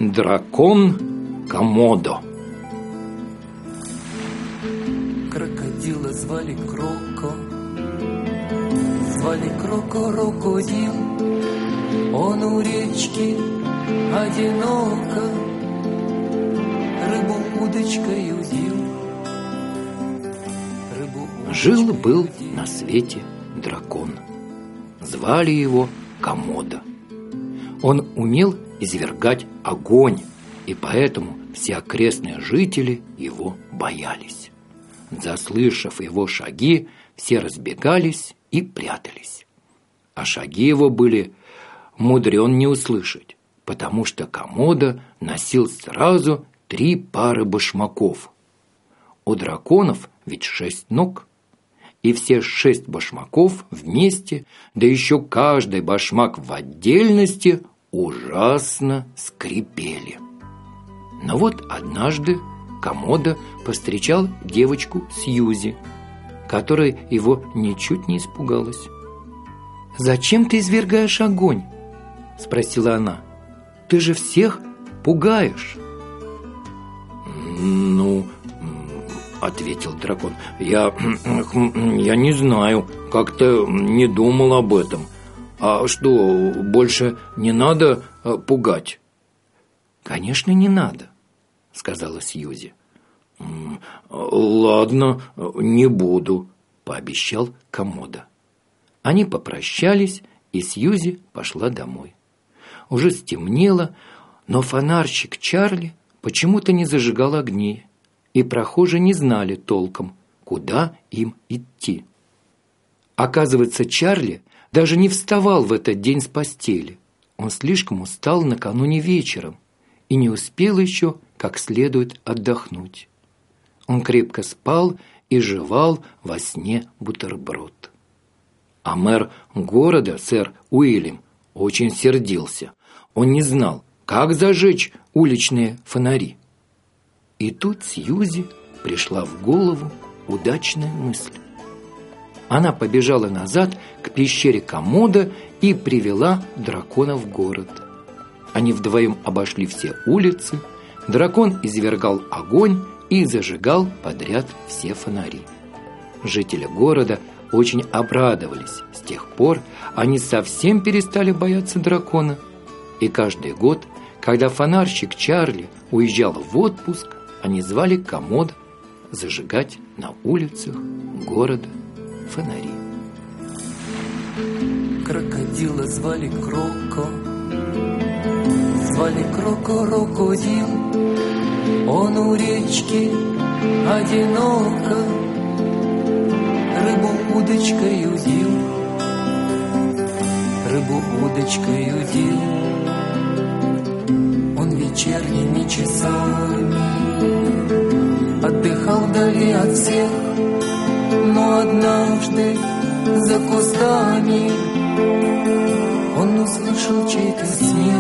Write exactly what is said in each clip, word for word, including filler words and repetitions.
Дракон Комодо. Крокодила звали Кроко, звали Кроко Крокодил. Он у речки одиноко рыбу удочкой удил. Жил-был на свете дракон. Звали его Комодо. Он умел извергать огонь, и поэтому все окрестные жители его боялись. Заслышав его шаги, все разбегались и прятались. А шаги его были мудрен не услышать, потому что Комодо носил сразу три пары башмаков. У драконов ведь шесть ног, и все шесть башмаков вместе, да еще каждый башмак в отдельности, ужасно скрипели. Но вот однажды Комодо повстречал девочку Сьюзи, которая его ничуть не испугалась. «Зачем ты извергаешь огонь?» – спросила она. «Ты же всех пугаешь». «Ну, — ответил дракон, — я, я не знаю, как-то не думал об этом. А что, больше не надо пугать?» «Конечно, не надо», — сказала Сьюзи. «Ладно, не буду», — пообещал Комодо. Они попрощались, и Сьюзи пошла домой. Уже стемнело, но фонарщик Чарли почему-то не зажигал огней, и прохожие не знали толком, куда им идти. Оказывается, Чарли даже не вставал в этот день с постели. Он слишком устал накануне вечером и не успел еще как следует отдохнуть. Он крепко спал и жевал во сне бутерброд. А мэр города, сэр Уильям, очень сердился. Он не знал, как зажечь уличные фонари. И тут Сьюзи пришла в голову удачная мысль. Она побежала назад к пещере Комодо и привела дракона в город. Они вдвоем обошли все улицы, дракон извергал огонь и зажигал подряд все фонари. Жители города очень обрадовались. С тех пор они совсем перестали бояться дракона. И каждый год, когда фонарщик Чарли уезжал в отпуск, они звали Комодо зажигать на улицах города фонари. Крокодила звали Кроко, звали Кроко Крокодил. Он у речки одиноко рыбу удочкой удил. Рыбу удочкой удил. Он вечерними часами отдыхал вдали от всех, но однажды за кустами он услышал чей-то смех.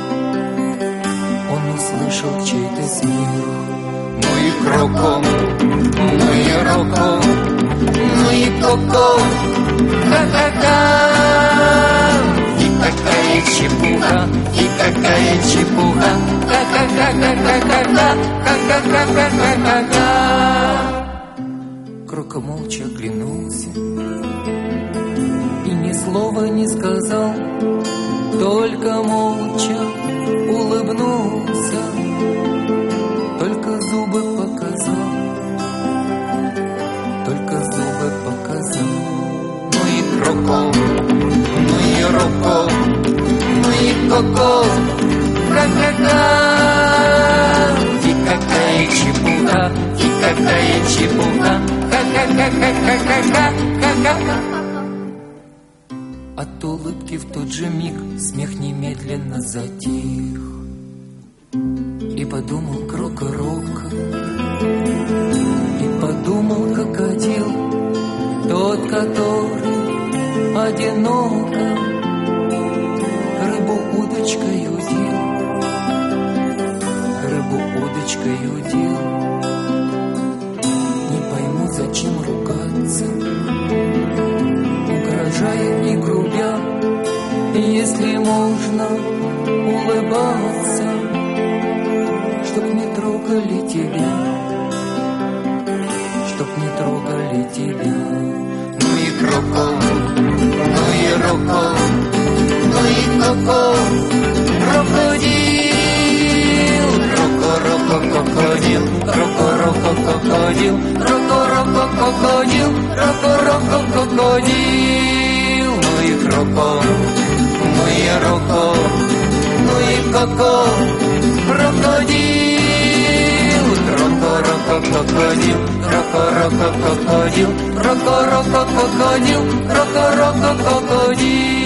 Он услышал чей-то смех. Ну и Кроко, ну и Роко, ну и Коко, ха-ха-ха. И какая чепуха, и какая чепуха, ха-ха-ха-ха-ха-ха, ха-ха-ха-ха-ха-ха. Кроко молча оглянулся и ни слова не сказал, только молча улыбнулся, только зубы показал, только зубы показал. Ну и Кроко, ну и Роко, ну и Коко, ха-ха-ха. И какая чепуха, и какая чепуха, ха-ха-ха-ха-ха-ха, ха-ха-ха. От улыбки в тот же миг смех немедленно затих. И подумал Кроко Роко, и подумал крокодил, тот, который одиноко рыбу удочкой удил. Рыбу удочкой удил. Не пойму, зачем ругаться, угрожая и грубя, если можно улыбаться. трогали тебя, чтоб не трогали тебя. Ну и крокодил, ну и рокол, ну и коко, крокодил, роко-роко крокодил, роко-роко крокодил, роко-роко крокодил, роко-роко крокодил. Ну и крокодил, ну и рокол, ну и коко, крокодил, роко-роко крокодил, роко-роко крокодил, роко-роко крокодил, роко-роко крокодил.